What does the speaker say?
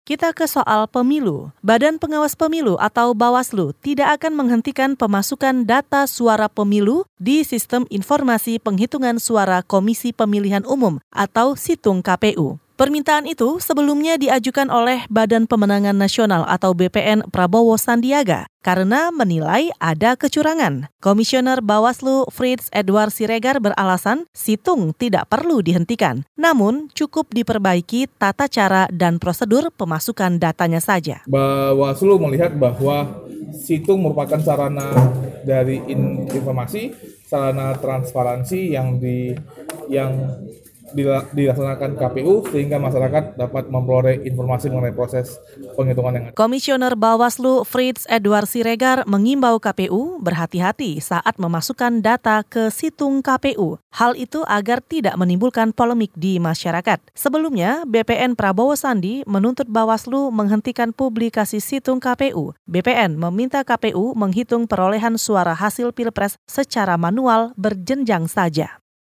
Kita ke soal pemilu. Badan Pengawas Pemilu atau Bawaslu tidak akan menghentikan pemasukan data suara pemilu di Sistem Informasi Penghitungan Suara Komisi Pemilihan Umum atau Situng KPU. Permintaan itu sebelumnya diajukan oleh Badan Pemenangan Nasional atau BPN Prabowo Sandiaga karena menilai ada kecurangan. Komisioner Bawaslu Frits Edward Siregar beralasan situng tidak perlu dihentikan, namun cukup diperbaiki tata cara dan prosedur pemasukan datanya saja. Bawaslu melihat bahwa situng merupakan sarana dari informasi, sarana transparansi yang dilaksanakan KPU sehingga masyarakat dapat memperoleh informasi mengenai proses penghitungan yang ada. Komisioner Bawaslu Frits Edward Siregar mengimbau KPU berhati-hati saat memasukkan data ke situng KPU. Hal itu agar tidak menimbulkan polemik di masyarakat. Sebelumnya, BPN Prabowo Sandi menuntut Bawaslu menghentikan publikasi situng KPU. BPN meminta KPU menghitung perolehan suara hasil Pilpres secara manual berjenjang saja.